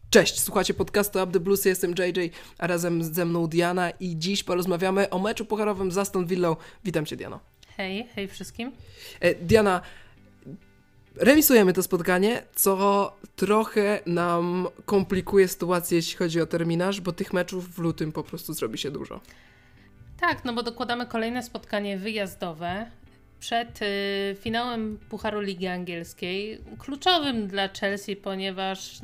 Cześć, słuchacie podcastu Up The Blues, ja jestem JJ, a razem ze mną Diana i dziś porozmawiamy o meczu pucharowym z Aston Villą. Witam Cię, Diano. Hej wszystkim. Diana, remisujemy to spotkanie, co trochę nam komplikuje sytuację, jeśli chodzi o terminarz, bo tych meczów w lutym po prostu zrobi się dużo. Tak, no bo dokładamy kolejne spotkanie wyjazdowe przed finałem Pucharu Ligi Angielskiej, kluczowym dla Chelsea, ponieważ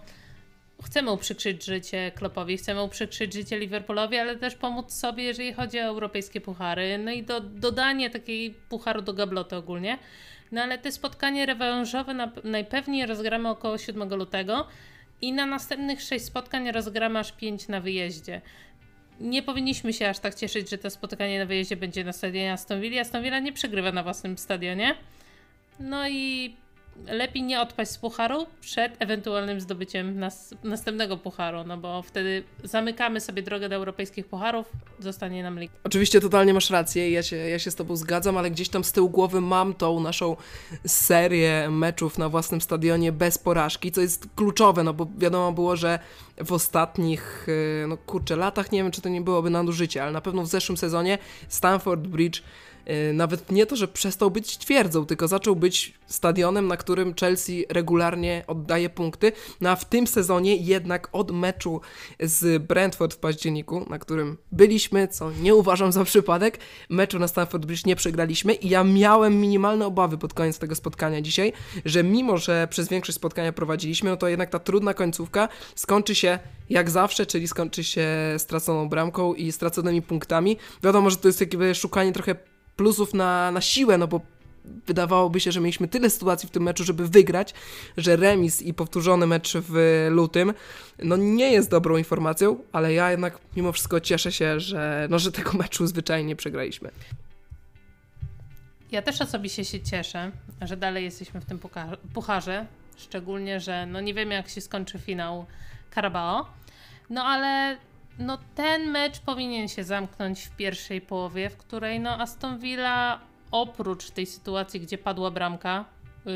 chcemy uprzykrzyć życie Kloppowi, chcemy uprzykrzyć życie Liverpoolowi, ale też pomóc sobie, jeżeli chodzi o europejskie puchary, no i dodanie takiej pucharu do gabloty ogólnie. No ale te spotkanie rewanżowe najpewniej rozgramy około 7 lutego i na następnych 6 spotkań rozgramy aż 5 na wyjeździe. Nie powinniśmy się aż tak cieszyć, że to spotkanie na wyjeździe będzie na stadionie Aston Villa. Aston Villa nie przegrywa na własnym stadionie. No i lepiej nie odpaść z pucharu przed ewentualnym zdobyciem następnego pucharu, no bo wtedy zamykamy sobie drogę do europejskich pucharów, zostanie nam liga. Oczywiście totalnie masz rację, ja się z Tobą zgadzam, ale gdzieś tam z tyłu głowy mam tą naszą serię meczów na własnym stadionie bez porażki, co jest kluczowe, no bo wiadomo było, że w ostatnich, latach, nie wiem, czy to nie byłoby nadużycie, ale na pewno w zeszłym sezonie Stamford Bridge nawet nie to, że przestał być twierdzą, tylko zaczął być stadionem, na którym Chelsea regularnie oddaje punkty. No a w tym sezonie jednak od meczu z Brentford w październiku, na którym byliśmy, co nie uważam za przypadek, meczu na Stamford Bridge nie przegraliśmy i ja miałem minimalne obawy pod koniec tego spotkania dzisiaj, że mimo, że przez większość spotkania prowadziliśmy, no to jednak ta trudna końcówka skończy się jak zawsze, czyli skończy się straconą bramką i straconymi punktami. Wiadomo, że to jest jakby szukanie trochę plusów na siłę, no bo wydawałoby się, że mieliśmy tyle sytuacji w tym meczu, żeby wygrać, że remis i powtórzony mecz w lutym, no nie jest dobrą informacją, ale ja jednak mimo wszystko cieszę się, że tego meczu zwyczajnie przegraliśmy. Ja też osobiście się cieszę, że dalej jesteśmy w tym pucharze, szczególnie, że nie wiemy, jak się skończy finał Carabao, ale ten mecz powinien się zamknąć w pierwszej połowie, w której Aston Villa oprócz tej sytuacji, gdzie padła bramka,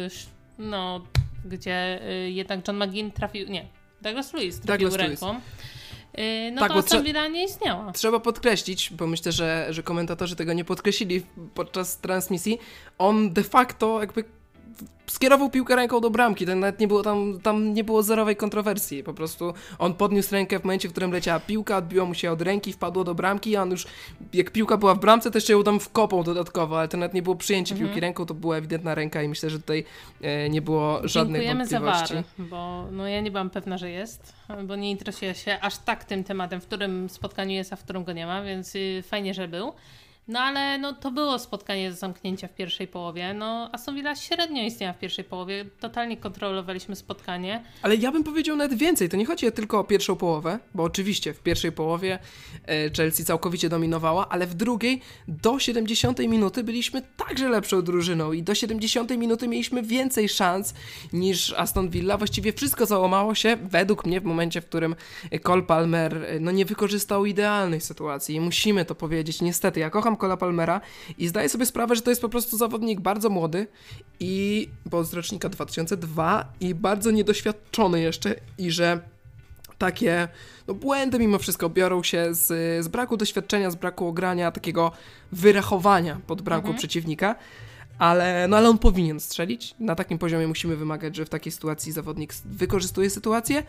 gdzie jednak John McGinn Douglas Luiz trafił ręką, tak, to Aston Villa nie istniała. Trzeba podkreślić, bo myślę, że komentatorzy tego nie podkreślili podczas transmisji, on de facto jakby skierował piłkę ręką do bramki, nawet nie było tam nie było zerowej kontrowersji, po prostu on podniósł rękę w momencie, w którym leciała piłka, odbiło mu się od ręki, wpadło do bramki, a on już, jak piłka była w bramce, to jeszcze ją tam wkopał dodatkowo, ale to nawet nie było przyjęcie piłki ręką, to była ewidentna ręka i myślę, że tutaj nie było żadnej wątpliwości. Dziękujemy za VAR, bo ja nie byłam pewna, że jest, bo nie interesuję się aż tak tym tematem, w którym spotkaniu jest, a w którym go nie ma, więc fajnie, że był. Ale to było spotkanie do zamknięcia w pierwszej połowie. Aston Villa średnio istniała w pierwszej połowie. Totalnie kontrolowaliśmy spotkanie. Ale ja bym powiedział nawet więcej. To nie chodzi tylko o pierwszą połowę, bo oczywiście w pierwszej połowie Chelsea całkowicie dominowała, ale w drugiej do 70 minuty byliśmy także lepszą drużyną i do 70 minuty mieliśmy więcej szans niż Aston Villa. Właściwie wszystko załamało się według mnie w momencie, w którym Cole Palmer nie wykorzystał idealnej sytuacji. I musimy to powiedzieć. Niestety, ja kocham Cole'a Palmera i zdaję sobie sprawę, że to jest po prostu zawodnik bardzo młody bo z rocznika 2002 i bardzo niedoświadczony jeszcze i że takie błędy mimo wszystko biorą się z braku doświadczenia, z braku ogrania, takiego wyrachowania pod bramką przeciwnika. Ale on powinien strzelić. Na takim poziomie musimy wymagać, że w takiej sytuacji zawodnik wykorzystuje sytuację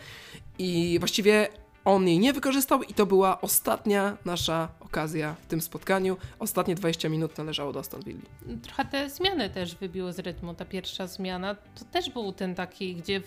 i właściwie on jej nie wykorzystał i to była ostatnia nasza okazja w tym spotkaniu. Ostatnie 20 minut należało do Aston Villa. Trochę te zmiany też wybiło z rytmu. Ta pierwsza zmiana to też był ten taki, gdzie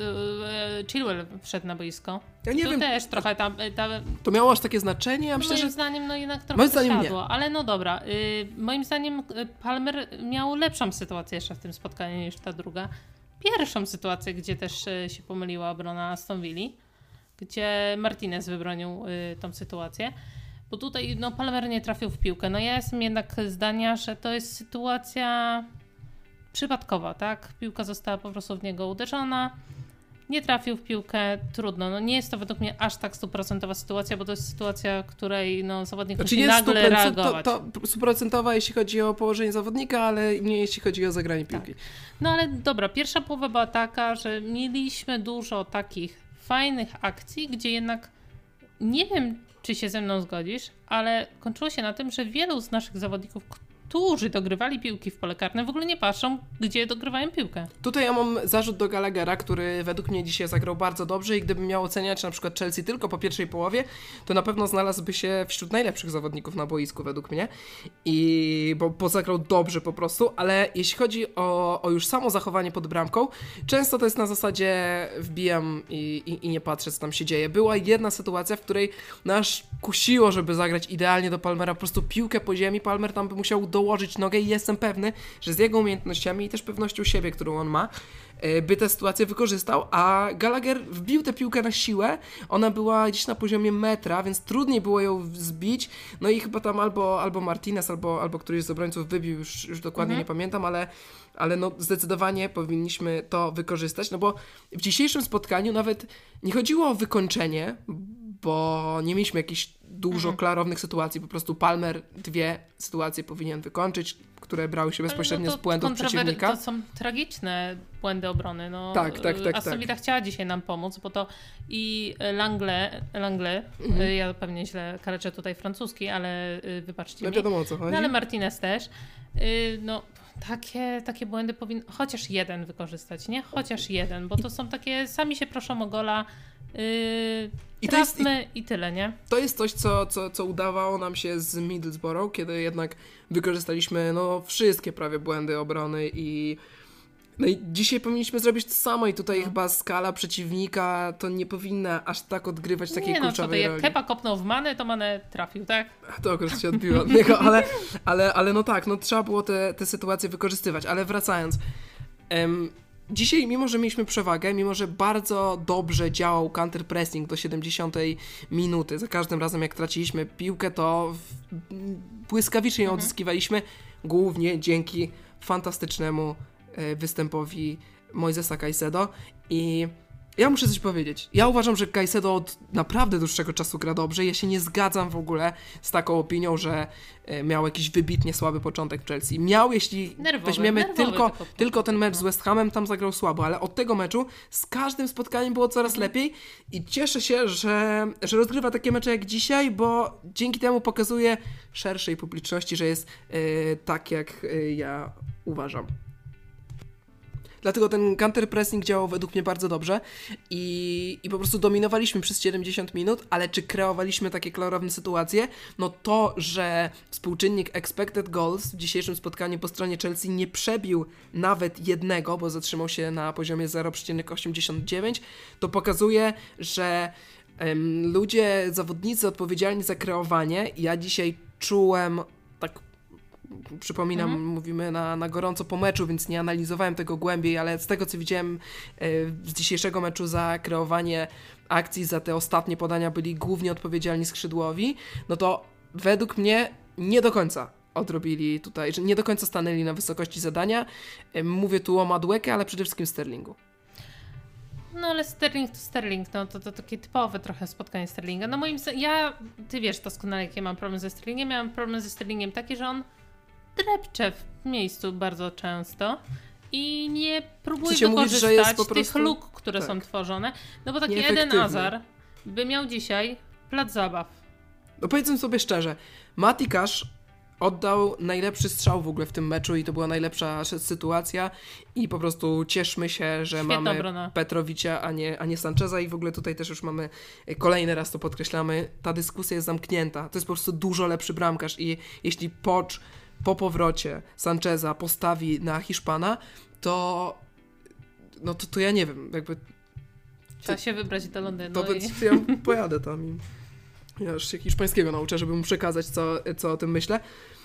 Chilwell wszedł na boisko. Ja nie wiem. Też trochę To miało aż takie znaczenie? Ja myślę, moim zdaniem jednak trochę siadło. Ale dobra. Moim zdaniem Palmer miał lepszą sytuację jeszcze w tym spotkaniu niż ta druga. Pierwszą sytuację, gdzie też się pomyliła obrona Aston Villa, gdzie Martinez wybronił tą sytuację, bo tutaj Palmer nie trafił w piłkę. Ja jestem jednak zdania, że to jest sytuacja przypadkowa, tak? Piłka została po prostu w niego uderzona, nie trafił w piłkę, trudno. Nie jest to według mnie aż tak 100% sytuacja, bo to jest sytuacja, której zawodnik musi nagle reagować. To 100% jeśli chodzi o położenie zawodnika, ale nie jeśli chodzi o zagranie piłki. Tak. Ale dobra, pierwsza połowa była taka, że mieliśmy dużo takich fajnych akcji, gdzie jednak nie wiem, czy się ze mną zgodzisz, ale kończyło się na tym, że wielu z naszych zawodników, którzy dogrywali piłki w pole karne, w ogóle nie patrzą, gdzie dogrywają piłkę. Tutaj ja mam zarzut do Gallaghera, który według mnie dzisiaj zagrał bardzo dobrze i gdybym miał oceniać na przykład Chelsea tylko po pierwszej połowie, to na pewno znalazłby się wśród najlepszych zawodników na boisku według mnie. Bo zagrał dobrze po prostu, ale jeśli chodzi o już samo zachowanie pod bramką, często to jest na zasadzie wbijam i nie patrzę, co tam się dzieje. Była jedna sytuacja, w której nas kusiło, żeby zagrać idealnie do Palmera, po prostu piłkę po ziemi, Palmer tam by musiał dołożyć nogę i jestem pewny, że z jego umiejętnościami i też pewnością siebie, którą on ma, by tę sytuację wykorzystał, a Gallagher wbił tę piłkę na siłę, ona była gdzieś na poziomie metra, więc trudniej było ją zbić, no i chyba tam albo Martinez, albo któryś z obrońców wybił, już dokładnie nie pamiętam, ale no zdecydowanie powinniśmy to wykorzystać, no bo w dzisiejszym spotkaniu nawet nie chodziło o wykończenie, bo nie mieliśmy jakichś dużo klarownych sytuacji, po prostu Palmer 2 sytuacje powinien wykończyć, które brały się bezpośrednio z błędów przeciwnika. To są tragiczne błędy obrony. No, tak. Aston Villa chciała dzisiaj nam pomóc, bo to i Langley, ja pewnie źle kaleczę tutaj francuski, ale wybaczcie mi. No wiadomo, o co chodzi. No ale Martinez też. No takie błędy powinien chociaż jeden wykorzystać, nie? Chociaż jeden, bo to są takie, sami się proszą o gola, i tyle, nie? To jest coś, co udawało nam się z Middlesbrough, kiedy jednak wykorzystaliśmy wszystkie prawie błędy obrony i dzisiaj powinniśmy zrobić to samo i tutaj chyba skala przeciwnika to nie powinna aż tak odgrywać takiej kluczowej roli. Jak Kepa kopnął w Manę, to Manę trafił, tak? To akurat się odbiło od niego, ale no tak, trzeba było te sytuacje wykorzystywać, ale wracając, dzisiaj, mimo że mieliśmy przewagę, mimo że bardzo dobrze działał counter-pressing do 70 minuty, za każdym razem jak traciliśmy piłkę, to błyskawicznie ją odzyskiwaliśmy, głównie dzięki fantastycznemu występowi Moisesa Caicedo i ja muszę coś powiedzieć. Ja uważam, że Caicedo od naprawdę dłuższego czasu gra dobrze. Ja się nie zgadzam w ogóle z taką opinią, że miał jakiś wybitnie słaby początek w Chelsea. Miał, jeśli weźmiemy tylko ten mecz z West Hamem, tam zagrał słabo, ale od tego meczu z każdym spotkaniem było coraz lepiej i cieszę się, że rozgrywa takie mecze jak dzisiaj, bo dzięki temu pokazuje szerszej publiczności, że jest tak, jak ja uważam. Dlatego ten counter-pressing działał według mnie bardzo dobrze i po prostu dominowaliśmy przez 70 minut, ale czy kreowaliśmy takie klarowne sytuacje? No to, że współczynnik expected goals w dzisiejszym spotkaniu po stronie Chelsea nie przebił nawet jednego, bo zatrzymał się na poziomie 0,89, to pokazuje, że zawodnicy odpowiedzialni za kreowanie, ja dzisiaj czułem tak. Przypominam, mówimy na gorąco po meczu, więc nie analizowałem tego głębiej, ale z tego, co widziałem z dzisiejszego meczu za kreowanie akcji, za te ostatnie podania byli głównie odpowiedzialni skrzydłowi, no to według mnie nie do końca odrobili tutaj, że nie do końca stanęli na wysokości zadania. Mówię tu o Madueke, ale przede wszystkim Sterlingu. No ale Sterling to Sterling, no to takie typowe trochę spotkanie Sterlinga. No moim zdaniem, ty wiesz doskonale, jaki mam problem ze Sterlingiem. Miałam problem ze Sterlingiem taki, że on drepcze w miejscu bardzo często i nie próbuje wykorzystać tych luk, które są tworzone. No bo taki Eden Hazard by miał dzisiaj plac zabaw. No powiedzmy sobie szczerze, Matty Cash oddał najlepszy strzał w ogóle w tym meczu i to była najlepsza sytuacja i po prostu cieszmy się, że Świetna mamy obrona. Petrovicia, a nie Sancheza i w ogóle tutaj też już mamy, kolejny raz to podkreślamy, ta dyskusja jest zamknięta. To jest po prostu dużo lepszy bramkarz i jeśli Poch po powrocie Sancheza postawi na Hiszpana, to ja nie wiem, jakby... Trzeba się wybrać do Londynu. To ja pojadę tam i ja już się hiszpańskiego nauczę, żeby mu przekazać, co o tym myślę.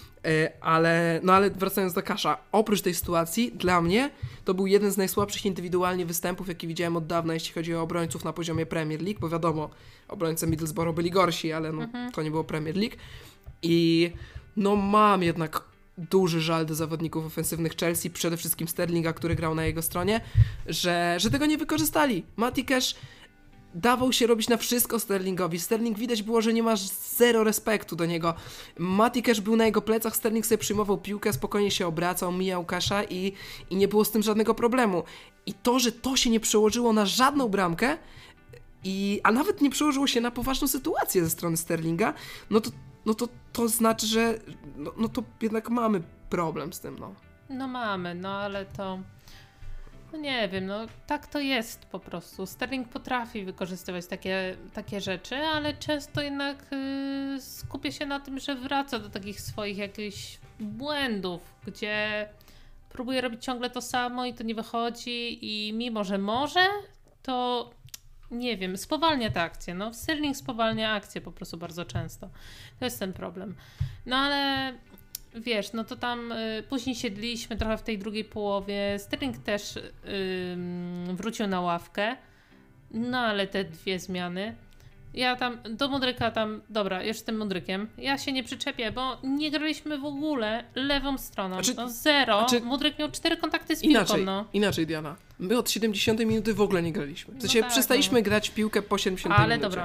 Ale wracając do Casha, oprócz tej sytuacji, dla mnie to był jeden z najsłabszych indywidualnie występów, jaki widziałem od dawna, jeśli chodzi o obrońców na poziomie Premier League, bo wiadomo, obrońcy Middlesbrough byli gorsi, ale to nie było Premier League. I mam jednak duży żal do zawodników ofensywnych Chelsea, przede wszystkim Sterlinga, który grał na jego stronie, że tego nie wykorzystali. Matty Cash dawał się robić na wszystko Sterlingowi. Sterling widać było, że nie ma zero respektu do niego. Matty Cash był na jego plecach, Sterling sobie przyjmował piłkę, spokojnie się obracał, mijał Casha i nie było z tym żadnego problemu. I to, że to się nie przełożyło na żadną bramkę, a nawet nie przełożyło się na poważną sytuację ze strony Sterlinga, to znaczy, że no to jednak mamy problem z tym, no. No mamy, no ale to... No nie wiem, no tak to jest po prostu. Sterling potrafi wykorzystywać takie rzeczy, ale często jednak skupia się na tym, że wraca do takich swoich jakichś błędów, gdzie próbuje robić ciągle to samo i to nie wychodzi i mimo, że może, to nie wiem, spowalnia tę akcję. No Sterling spowalnia akcję po prostu bardzo często. To jest ten problem. No ale... Wiesz, no to tam później siedliśmy trochę w tej drugiej połowie. Sterling też wrócił na ławkę. No ale te 2 zmiany. Ja tam do Mudryka dobra, już z tym Mudrykiem. Ja się nie przyczepię, bo nie graliśmy w ogóle lewą stroną. No 0. Mudryk miał 4 kontakty z piłką. Inaczej, Diana. My od 70 minuty w ogóle nie graliśmy. W sensie przestaliśmy grać w piłkę po 70 minucie. Ale dobra,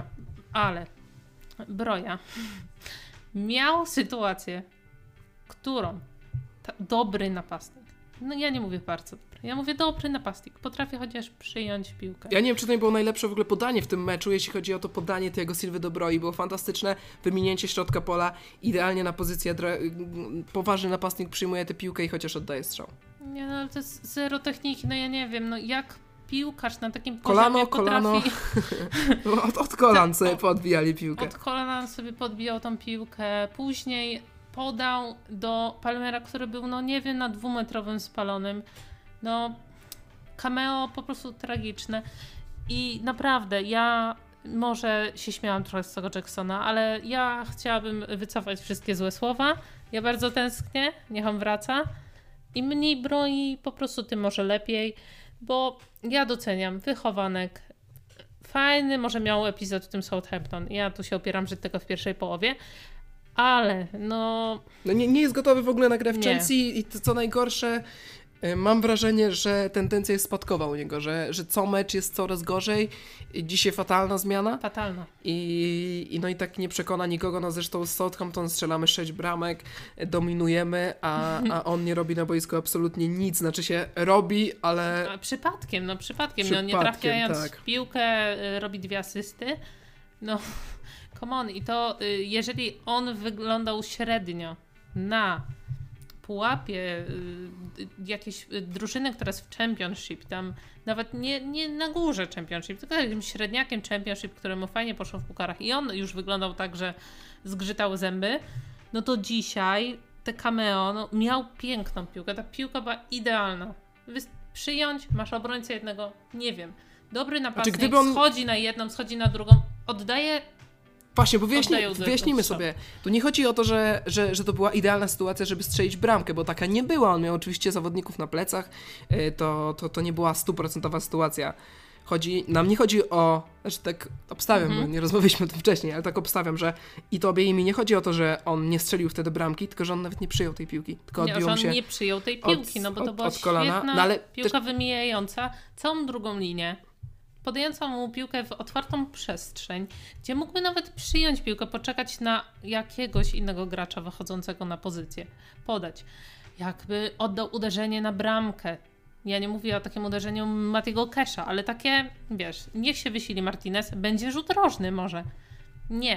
Broja miał sytuację, którą dobry napastnik, no ja nie mówię bardzo dobry, ja mówię dobry napastnik, potrafi chociaż przyjąć piłkę. Ja nie wiem, czy to nie było najlepsze w ogóle podanie w tym meczu, jeśli chodzi o to podanie tego Silvy do Broi, było fantastyczne, wyminięcie środka pola, idealnie na pozycję, poważny napastnik przyjmuje tę piłkę i chociaż oddaje strzał. Nie, no ale to jest zero techniki, no ja nie wiem, no jak piłkarz na takim poziomie potrafi... od kolan sobie podbijali piłkę. Od kolan sobie podbijał tą piłkę, później podał do Palmera, który był, no nie wiem, na 2-metrowym spalonym. No, cameo po prostu tragiczne. I naprawdę, ja może się śmiałam trochę z tego Jacksona, ale ja chciałabym wycofać wszystkie złe słowa. Ja bardzo tęsknię, niech on wraca. Im mniej broi, po prostu tym może lepiej, bo ja doceniam wychowanek. Fajny, może miał epizod w tym Southampton. Ja tu się opieram, że tylko w pierwszej połowie. Ale no nie jest gotowy w ogóle na grę w Chelsea i to, co najgorsze, mam wrażenie, że tendencja jest spadkowa u niego, że co mecz jest coraz gorzej. Dzisiaj fatalna zmiana. Fatalna. I tak nie przekona nikogo. No zresztą z Southampton strzelamy 6 bramek, dominujemy, a on nie robi na boisku absolutnie nic. Znaczy się robi, ale... Przypadkiem. No nie trafiając w piłkę robi 2 asysty. No... Come on. I to jeżeli on wyglądał średnio na pułapie jakiejś drużyny, która jest w Championship, tam nawet nie na górze Championship, tylko jakimś średniakiem Championship, któremu fajnie poszło w pucharach i on już wyglądał tak, że zgrzytał zęby, no to dzisiaj te cameo miał piękną piłkę, ta piłka była idealna. Przyjąć, masz obrońcę jednego, nie wiem. Dobry napastnik, schodzi na jedną, schodzi na drugą, oddaje. Właśnie, bo wyjaśnijmy sobie. Tu nie chodzi o to, że to była idealna sytuacja, żeby strzelić bramkę, bo taka nie była. On miał oczywiście zawodników na plecach. To nie była 100% sytuacja. Nam nie chodzi o... Znaczy tak obstawiam, bo nie rozmawialiśmy o tym wcześniej, ale tak obstawiam, że i tobie i mi nie chodzi o to, że on nie strzelił wtedy bramki, tylko że on nawet nie przyjął tej piłki. Tylko odbił on się nie przyjął tej piłki, bo to była świetna piłka wymijająca całą drugą linię. Podająca mu piłkę w otwartą przestrzeń, gdzie mógłby nawet przyjąć piłkę, poczekać na jakiegoś innego gracza wychodzącego na pozycję, podać. Jakby oddał uderzenie na bramkę. Ja nie mówię o takim uderzeniu Matiego Kesha, ale takie, wiesz, niech się wysili Martinez, będzie rzut rożny może. Nie.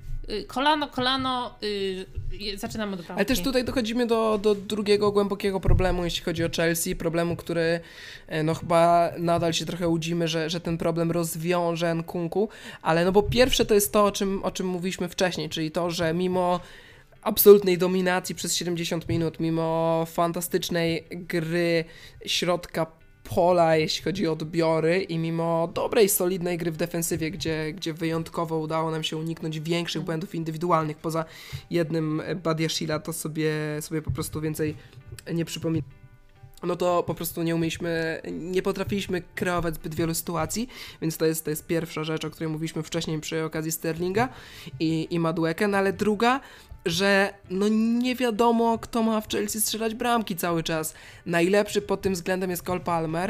Kolano, zaczynamy od bramki. Ale też tutaj dochodzimy do drugiego głębokiego problemu, jeśli chodzi o Chelsea. Problemu, który chyba nadal się trochę łudzimy, że ten problem rozwiąże Nkunku. Ale bo pierwsze to jest to, o czym mówiliśmy wcześniej, czyli to, że mimo absolutnej dominacji przez 70 minut, mimo fantastycznej gry środka pola, jeśli chodzi o odbiory i mimo dobrej, solidnej gry w defensywie, gdzie wyjątkowo udało nam się uniknąć większych błędów indywidualnych, poza jednym Badiashila, to sobie po prostu więcej nie przypominam. No to po prostu nie potrafiliśmy kreować zbyt wielu sytuacji, więc to jest pierwsza rzecz, o której mówiliśmy wcześniej przy okazji Sterlinga i Madueke, no ale druga, że nie wiadomo, kto ma w Chelsea strzelać bramki cały czas. Najlepszy pod tym względem jest Cole Palmer,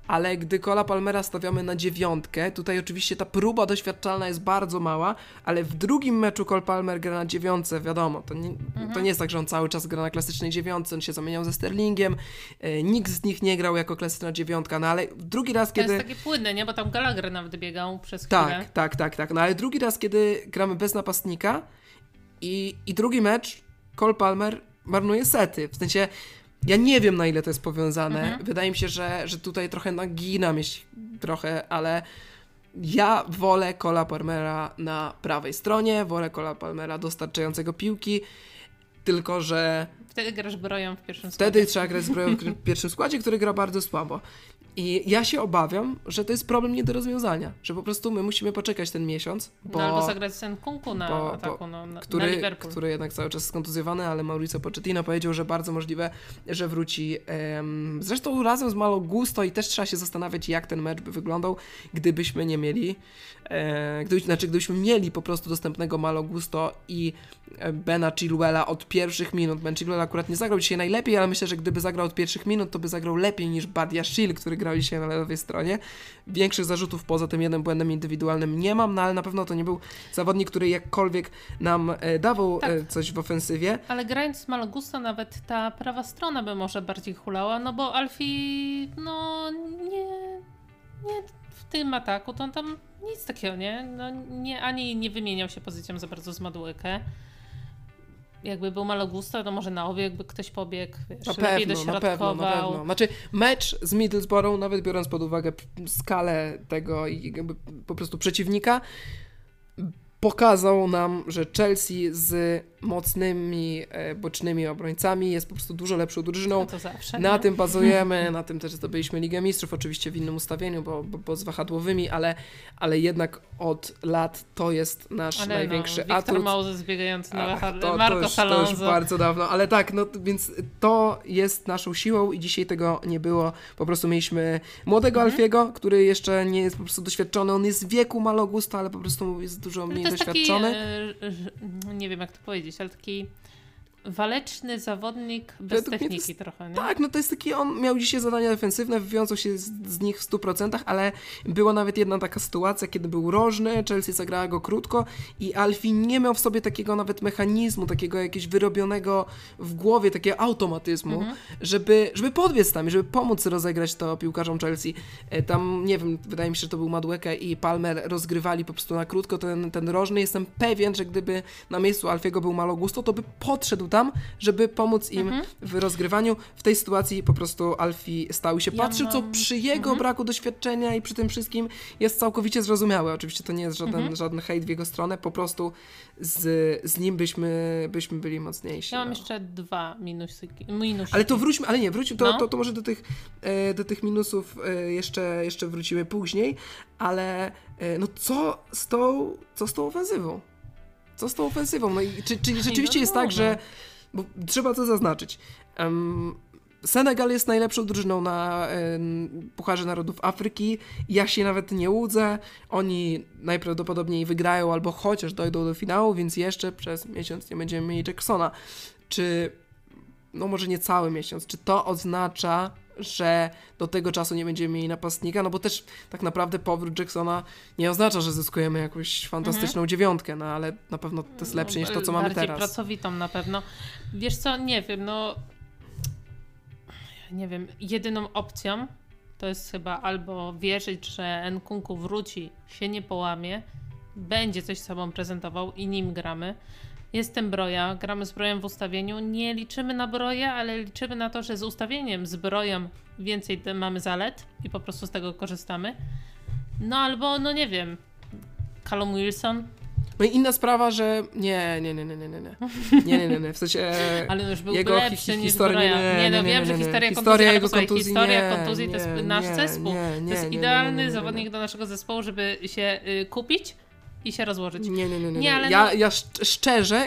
ale gdy Cola Palmera stawiamy na 9, tutaj oczywiście ta próba doświadczalna jest bardzo mała, ale w drugim meczu Cole Palmer gra na 9, wiadomo, to nie jest tak, że on cały czas gra na klasycznej 9, on się zamieniał ze Sterlingiem, nikt z nich nie grał jako klasyczna 9, no ale drugi raz, kiedy... To jest takie płynne, nie? Bo tam Gallagher nawet biegał przez chwilę. Tak, no ale drugi raz, kiedy gramy bez napastnika i drugi mecz Cole Palmer marnuje sety, w sensie ja nie wiem, na ile to jest powiązane. Wydaje mi się, że tutaj trochę naginam, ale ja wolę Cola Palmera na prawej stronie, wolę Cola Palmera dostarczającego piłki, tylko że... Wtedy grasz Broją w pierwszym składzie. Wtedy trzeba grać z Broją w pierwszym składzie, który gra bardzo słabo. I ja się obawiam, że to jest problem nie do rozwiązania, że po prostu my musimy poczekać ten miesiąc, bo... No albo zagrać Nkunku na ataku, na Liverpool. Który jednak cały czas jest kontuzjowany, ale Mauricio Pochettino powiedział, że bardzo możliwe, że wróci. Zresztą razem z Malo Gusto i też trzeba się zastanawiać, jak ten mecz by wyglądał, gdybyśmy nie mieli, gdybyśmy mieli po prostu dostępnego Malo Gusto i Bena Chilwella od pierwszych minut. Ben Chilwell akurat nie zagrał dzisiaj najlepiej, ale myślę, że gdyby zagrał od pierwszych minut, to by zagrał lepiej niż Badiashile, który grał dzisiaj na lewej stronie. Większych zarzutów poza tym jednym błędem indywidualnym nie mam, no ale na pewno to nie był zawodnik, który jakkolwiek nam dawał coś w ofensywie. Ale grając z Malo Gusto nawet ta prawa strona by może bardziej hulała, no bo Alfie nie w tym ataku to on tam nic takiego, nie? No ani nie wymieniał się pozycją za bardzo z Maduekę. Jakby był Malo Gusto, to może na obie jakby ktoś pobiegł, lepiej dośrodkował. Na pewno. Znaczy mecz z Middlesbrough, nawet biorąc pod uwagę skalę tego i jakby po prostu przeciwnika, pokazał nam, że Chelsea z mocnymi bocznymi obrońcami jest po prostu dużo lepszą drużyną. No to zawsze, na tym bazujemy, na tym też zdobyliśmy Ligę Mistrzów, oczywiście w innym ustawieniu, bo z wahadłowymi, ale jednak od lat to jest nasz największy atut. Victor Moses biegający na wahadle, Marcos Alonso. To już bardzo dawno, ale tak, no więc to jest naszą siłą i dzisiaj tego nie było. Po prostu mieliśmy młodego Alfiego, który jeszcze nie jest po prostu doświadczony, on jest w wieku Malo Gusto, ale po prostu jest dużo mniej doświadczony. Taki, nie wiem jak to powiedzieć, ale taki waleczny zawodnik bez techniki trochę, nie? Tak, no to jest taki, on miał dzisiaj zadania defensywne, wywiązał się z nich w 100%, ale była nawet jedna taka sytuacja, kiedy był rożny, Chelsea zagrała go krótko i Alfie nie miał w sobie takiego nawet mechanizmu, takiego jakiegoś wyrobionego w głowie, takiego automatyzmu, żeby podbiec tam i żeby pomóc rozegrać to piłkarzom Chelsea. Tam, nie wiem, wydaje mi się, że to był Madueke i Palmer rozgrywali po prostu na krótko ten rożny. Jestem pewien, że gdyby na miejscu Alfiego był Malo Gusto, to by podszedł tam, żeby pomóc im w rozgrywaniu. W tej sytuacji po prostu Alfie stał się patrzył, co przy jego braku doświadczenia i przy tym wszystkim jest całkowicie zrozumiałe. Oczywiście to nie jest żaden hejt w jego stronę, po prostu z nim byśmy byli mocniejsi. Ja mam jeszcze 2 minusiki. Ale to wróćmy, to może do tych minusów jeszcze wrócimy później, ale no co z tą ofensywą? Co z tą ofensywą? No i czy rzeczywiście jest tak, że... Bo trzeba to zaznaczyć. Senegal jest najlepszą drużyną na Pucharze Narodów Afryki. Ja się nawet nie łudzę. Oni najprawdopodobniej wygrają albo chociaż dojdą do finału, więc jeszcze przez miesiąc nie będziemy mieli Jacksona. Czy... No może nie cały miesiąc. Czy to oznacza, że do tego czasu nie będziemy mieli napastnika? No bo też tak naprawdę powrót Jacksona nie oznacza, że zyskujemy jakąś fantastyczną 9, no ale na pewno to jest lepsze niż to, co mamy teraz. Bardziej pracowitą na pewno. Wiesz co, nie wiem, jedyną opcją to jest chyba albo wierzyć, że Nkunku wróci, się nie połamie, będzie coś sobą prezentował i nim gramy. Jestem Broja, gramy z Brojem w ustawieniu, nie liczymy na Broja, ale liczymy na to, że z ustawieniem z Brojem więcej mamy zalet i po prostu z tego korzystamy. No albo, no nie wiem, Callum Wilson. No i inna sprawa, że nie, w sensie ale już byłby jego lepszy niż Broja. Wiem, że historia jego kontuzji to jest nasz zespół. To jest idealny zawodnik do naszego zespołu, żeby się kupić i się rozłożyć. Nie, ale ja szczerze,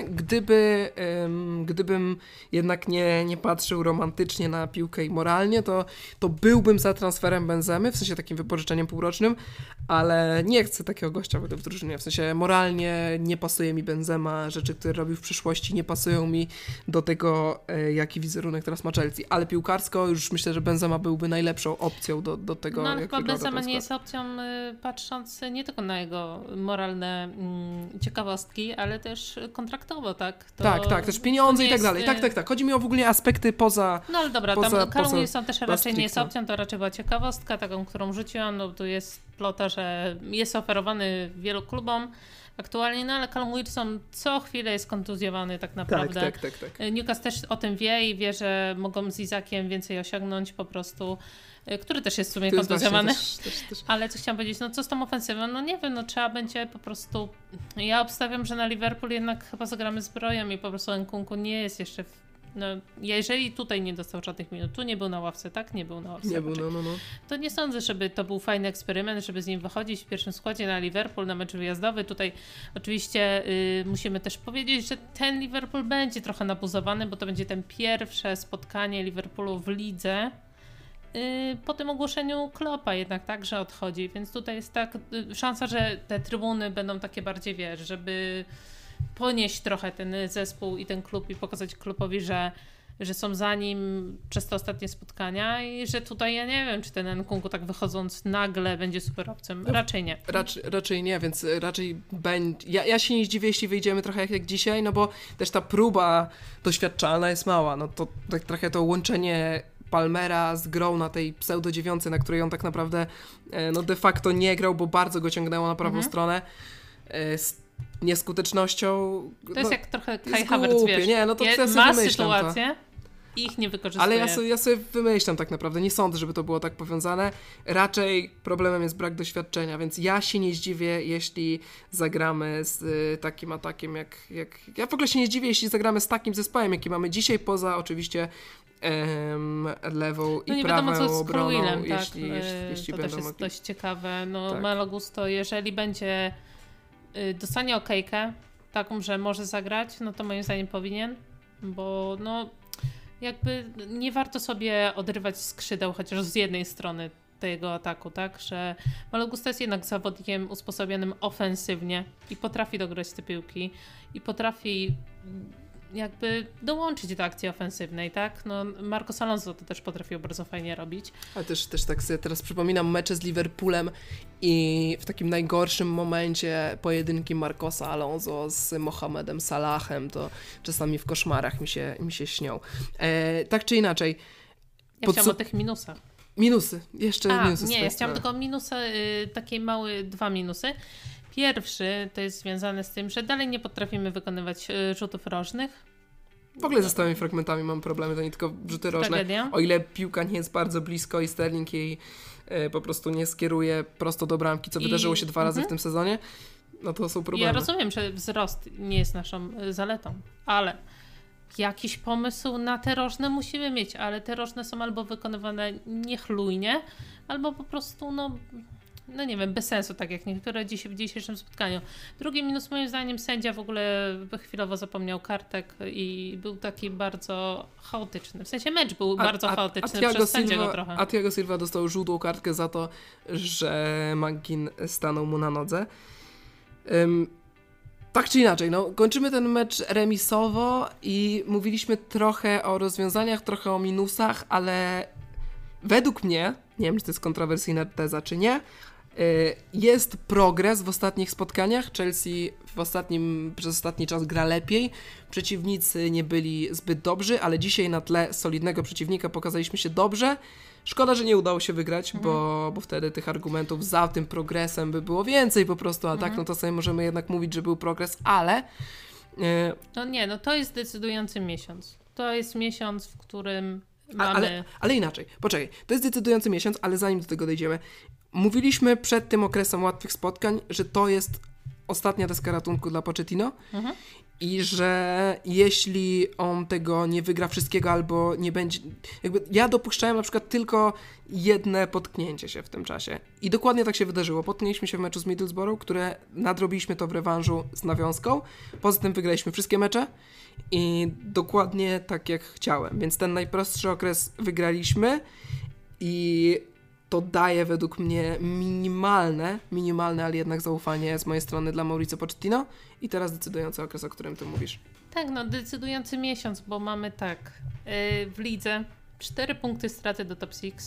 gdybym jednak nie patrzył romantycznie na piłkę i moralnie, to byłbym za transferem Benzemy, w sensie takim wypożyczeniem półrocznym, ale nie chcę takiego gościa w drużynie. W sensie moralnie nie pasuje mi Benzema, rzeczy, które robił w przyszłości nie pasują mi do tego, jaki wizerunek teraz ma Chelsea. Ale piłkarsko już myślę, że Benzema byłby najlepszą opcją do tego, no, ale jak chyba Benzema nie jest opcją, patrząc nie tylko na jego moralne ciekawostki, ale też kontraktowo, tak? Tak, też pieniądze i tak dalej. Tak. Chodzi mi o w ogóle aspekty poza... No ale dobra, tam Callum Wilson też raczej nie jest opcją, to raczej była ciekawostka, taką, którą rzuciłam, no tu jest plota, że jest oferowany wielu klubom aktualnie, no ale Callum Wilson co chwilę jest kontuzjowany tak naprawdę. Tak. Newcastle też o tym wie i wie, że mogą z Isaaciem więcej osiągnąć po prostu, który też jest w sumie kontuzjowany. Też. Ale co chciałam powiedzieć, no co z tą ofensywą? No nie wiem, no trzeba będzie po prostu... Ja obstawiam, że na Liverpool jednak chyba zagramy zbroją i po prostu Nkunku nie jest jeszcze... No, jeżeli tutaj nie dostał żadnych minut, tu nie był na ławce, tak? Nie był na ławce. Nie był, no. To nie sądzę, żeby to był fajny eksperyment, żeby z nim wychodzić w pierwszym składzie na Liverpool, na mecz wyjazdowy. Tutaj oczywiście musimy też powiedzieć, że ten Liverpool będzie trochę nabuzowany, bo to będzie ten pierwsze spotkanie Liverpoolu w lidze po tym ogłoszeniu Kloppa jednak, tak, że odchodzi. Więc tutaj jest tak szansa, że te trybuny będą takie bardziej, wiesz, żeby ponieść trochę ten zespół i ten klub i pokazać klubowi, że są za nim przez te ostatnie spotkania i że tutaj ja nie wiem, czy ten Nkunku tak wychodząc nagle będzie super opcją. Raczej nie. Raczej nie, więc raczej będzie... Ja się nie zdziwię, jeśli wyjdziemy trochę jak dzisiaj, no bo też ta próba doświadczalna jest mała. No to tak trochę to łączenie Palmera z grą na tej pseudo-9, na której on tak naprawdę no de facto nie grał, bo bardzo go ciągnęło na prawą stronę. Nieskutecznością. To jest jak trochę Kai Havertz, wiesz. Nie, no to ja ma sytuację i ich nie wykorzystuje. Ale ja sobie wymyślam tak naprawdę. Nie sądzę, żeby to było tak powiązane. Raczej problemem jest brak doświadczenia, więc ja się nie zdziwię, jeśli zagramy z takim atakiem jak... Ja w ogóle się nie zdziwię, jeśli zagramy z takim zespołem, jaki mamy dzisiaj, poza oczywiście lewą i prawą obroną, tak? jeśli to będą też jest mogli. dość ciekawe. No Tak. Malo Gusto, jeżeli będzie dostanie okejkę, taką, że może zagrać, no to moim zdaniem powinien, bo no jakby nie warto sobie odrywać skrzydeł chociaż z jednej strony tego ataku, tak, że Malo Gusto jest jednak zawodnikiem usposobionym ofensywnie i potrafi dograć te piłki i potrafi jakby dołączyć do akcji ofensywnej, tak? No Marcos Alonso to też potrafił bardzo fajnie robić. Ale też tak sobie teraz przypominam mecze z Liverpoolem i w takim najgorszym momencie pojedynki Marcosa Alonso z Mohamedem Salahem, to czasami w koszmarach mi się śnią. Tak czy inaczej. Ja chciałam o tych minusach. Minusy. Jeszcze minusy. Nie, ja chciałam tylko minusy, takie małe 2 minusy. Pierwszy to jest związany z tym, że dalej nie potrafimy wykonywać rzutów rożnych. W ogóle ze stałymi fragmentami mam problemy, to nie tylko rzuty rożne. Tragedia. O ile piłka nie jest bardzo blisko i Sterling jej po prostu nie skieruje prosto do bramki, co wydarzyło się 2 razy w tym sezonie, no to są problemy. Ja rozumiem, że wzrost nie jest naszą zaletą, ale jakiś pomysł na te rożne musimy mieć, ale te rożne są albo wykonywane niechlujnie, albo po prostu no nie wiem, bez sensu, tak jak niektóre w dzisiejszym spotkaniu. Drugi minus moim zdaniem, sędzia w ogóle chwilowo zapomniał kartek i był taki bardzo chaotyczny. W sensie mecz był bardzo chaotyczny przez sędziego trochę. A Thiago Silva dostał żółtą kartkę za to, że McGinn stanął mu na nodze. Tak czy inaczej, no kończymy ten mecz remisowo i mówiliśmy trochę o rozwiązaniach, trochę o minusach, ale według mnie, nie wiem, czy to jest kontrowersyjna teza, czy nie, jest progres w ostatnich spotkaniach. Chelsea przez ostatni czas gra lepiej. Przeciwnicy nie byli zbyt dobrzy, ale dzisiaj na tle solidnego przeciwnika pokazaliśmy się dobrze. Szkoda, że nie udało się wygrać, bo wtedy tych argumentów za tym progresem by było więcej po prostu, a tak, no to sobie możemy jednak mówić, że był progres, ale... No to jest decydujący miesiąc. To jest miesiąc, w którym mamy... Ale inaczej, poczekaj, to jest decydujący miesiąc, ale zanim do tego dojdziemy, mówiliśmy przed tym okresem łatwych spotkań, że to jest ostatnia deska ratunku dla Pochettino i że jeśli on tego nie wygra wszystkiego albo nie będzie... Jakby ja dopuszczałem na przykład tylko jedne potknięcie się w tym czasie. I dokładnie tak się wydarzyło. Potknęliśmy się w meczu z Middlesbrough, które nadrobiliśmy to w rewanżu z nawiązką. Poza tym wygraliśmy wszystkie mecze i dokładnie tak jak chciałem. Więc ten najprostszy okres wygraliśmy i to daje według mnie minimalne, ale jednak zaufanie z mojej strony dla Mauricio Pochettino i teraz decydujący okres, o którym ty mówisz. Tak, no decydujący miesiąc, bo mamy tak, w lidze 4 punkty straty do top 6.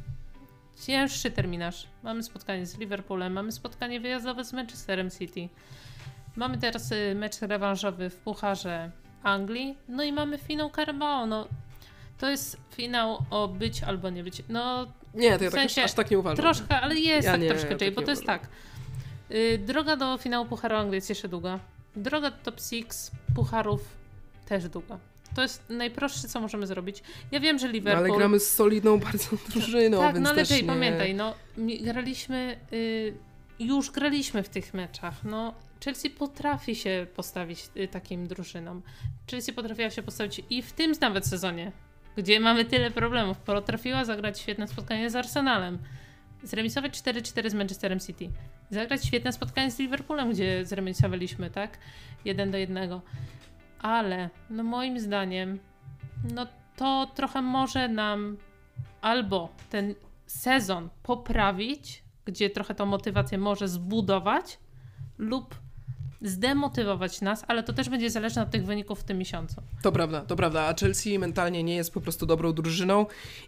Cięższy terminarz. Mamy spotkanie z Liverpoolem, mamy spotkanie wyjazdowe z Manchesterem City. Mamy teraz mecz rewanżowy w Pucharze Anglii, no i mamy finał Carabao. No, to jest finał o być albo nie być. No, nie, to ja w sensie, aż tak nie uważam. Troszkę, ale jest ja tak nie, troszkę, ja tak bo to jest uważam. tak. Droga do finału Pucharu Anglii jest jeszcze długa. Droga do top 6 Pucharów też długa. To jest najprostsze, co możemy zrobić. Ja wiem, że Liverpool... No, ale gramy z solidną bardzo drużyną, tak, więc no ale też nie... pamiętaj, no graliśmy, już graliśmy w tych meczach, no Chelsea potrafi się postawić takim drużynom. Chelsea potrafiła się postawić i w tym nawet sezonie, gdzie mamy tyle problemów, potrafiła zagrać świetne spotkanie z Arsenalem, zremisować 4-4 z Manchesterem City, zagrać świetne spotkanie z Liverpoolem, gdzie zremisowaliśmy, tak? 1-1. Ale no moim zdaniem no to trochę może nam albo ten sezon poprawić, gdzie trochę tą motywację może zbudować lub zdemotywować nas, ale to też będzie zależne od tych wyników w tym miesiącu. To prawda, a Chelsea mentalnie nie jest po prostu dobrą drużyną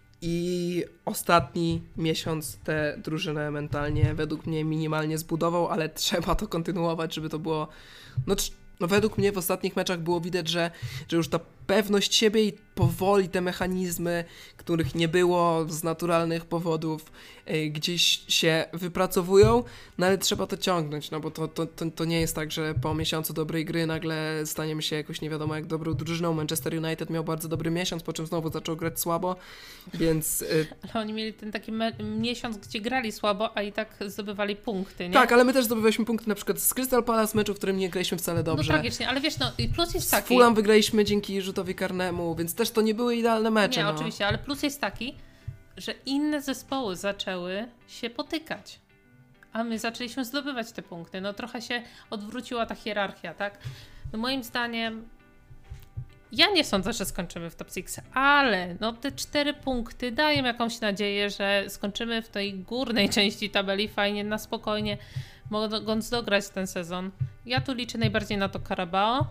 i ostatni miesiąc tę drużynę mentalnie według mnie minimalnie zbudował, ale trzeba to kontynuować, żeby to było... No według mnie w ostatnich meczach było widać, że już ta pewność siebie i powoli te mechanizmy, których nie było z naturalnych powodów, gdzieś się wypracowują, no ale trzeba to ciągnąć, no bo to nie jest tak, że po miesiącu dobrej gry nagle staniemy się jakoś nie wiadomo jak dobrą drużyną. Manchester United miał bardzo dobry miesiąc, po czym znowu zaczął grać słabo, więc... Ale oni mieli ten taki miesiąc, gdzie grali słabo, a i tak zdobywali punkty, nie? Tak, ale my też zdobywaliśmy punkty na przykład z Crystal Palace, meczu, w którym nie graliśmy wcale dobrze. No tragicznie, ale wiesz, no i plus jest taki... Z Fulham wygraliśmy dzięki rzutowi karnemu, więc też to nie były idealne mecze. Nie, oczywiście, ale plus jest taki, że inne zespoły zaczęły się potykać, a my zaczęliśmy zdobywać te punkty. No trochę się odwróciła ta hierarchia, tak? No moim zdaniem ja nie sądzę, że skończymy w top 6, ale no te 4 punkty dają jakąś nadzieję, że skończymy w tej górnej części tabeli fajnie, na spokojnie, mogąc dograć ten sezon. Ja tu liczę najbardziej na to Carabao.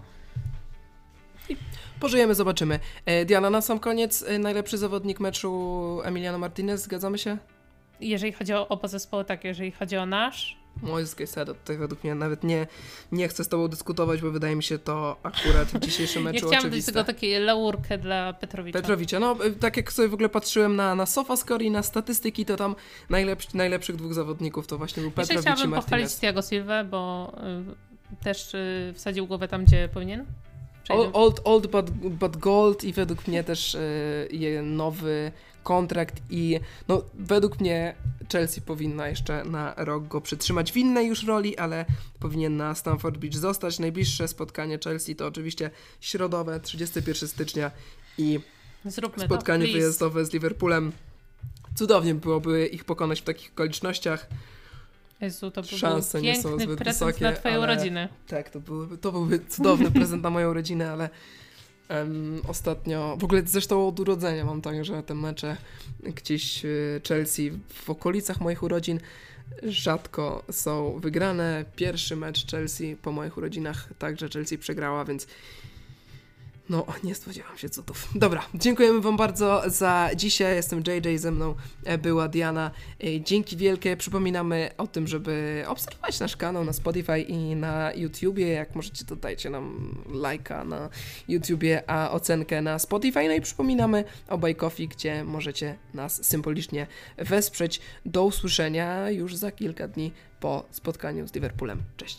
Pożyjemy, zobaczymy. Diana, na sam koniec najlepszy zawodnik meczu Emiliano Martinez, zgadzamy się? Jeżeli chodzi o oba zespoły, tak, jeżeli chodzi o nasz. Moise Caicedo, tutaj według mnie nawet nie chcę z tobą dyskutować, bo wydaje mi się to akurat w dzisiejszym meczu oczywiste. Ja chciałam dać tylko taką laurkę dla Petrowicza. No tak jak sobie w ogóle patrzyłem na SofaScore i na statystyki, to tam najlepszych dwóch zawodników to właśnie był Petrowicz i Martinez. Chciałabym pochwalić Thiago Silvę, bo też wsadził głowę tam, gdzie powinien. Old but gold i według mnie też nowy kontrakt i no według mnie Chelsea powinna jeszcze na rok go przytrzymać w innej już roli, ale powinien na Stamford Bridge zostać. Najbliższe spotkanie Chelsea to oczywiście środowe, 31 stycznia i spotkanie wyjazdowe z Liverpoolem. Cudownie byłoby ich pokonać w takich okolicznościach. Jezu, to był Szanse nie są zbyt prezent wysokie, na twoją rodzinę. Tak, to byłby cudowny prezent na moją rodzinę, ale ostatnio, w ogóle zresztą od urodzenia mam tak, że te mecze gdzieś Chelsea w okolicach moich urodzin rzadko są wygrane. Pierwszy mecz Chelsea po moich urodzinach także Chelsea przegrała, więc no, nie spodziewam się cudów. Dobra, dziękujemy wam bardzo za dzisiaj. Jestem JJ, ze mną była Diana. Dzięki wielkie. Przypominamy o tym, żeby obserwować nasz kanał na Spotify i na YouTubie. Jak możecie, to dajcie nam lajka na YouTubie, a ocenkę na Spotify. No i przypominamy o Buy Coffee, gdzie możecie nas symbolicznie wesprzeć. Do usłyszenia już za kilka dni po spotkaniu z Liverpoolem. Cześć.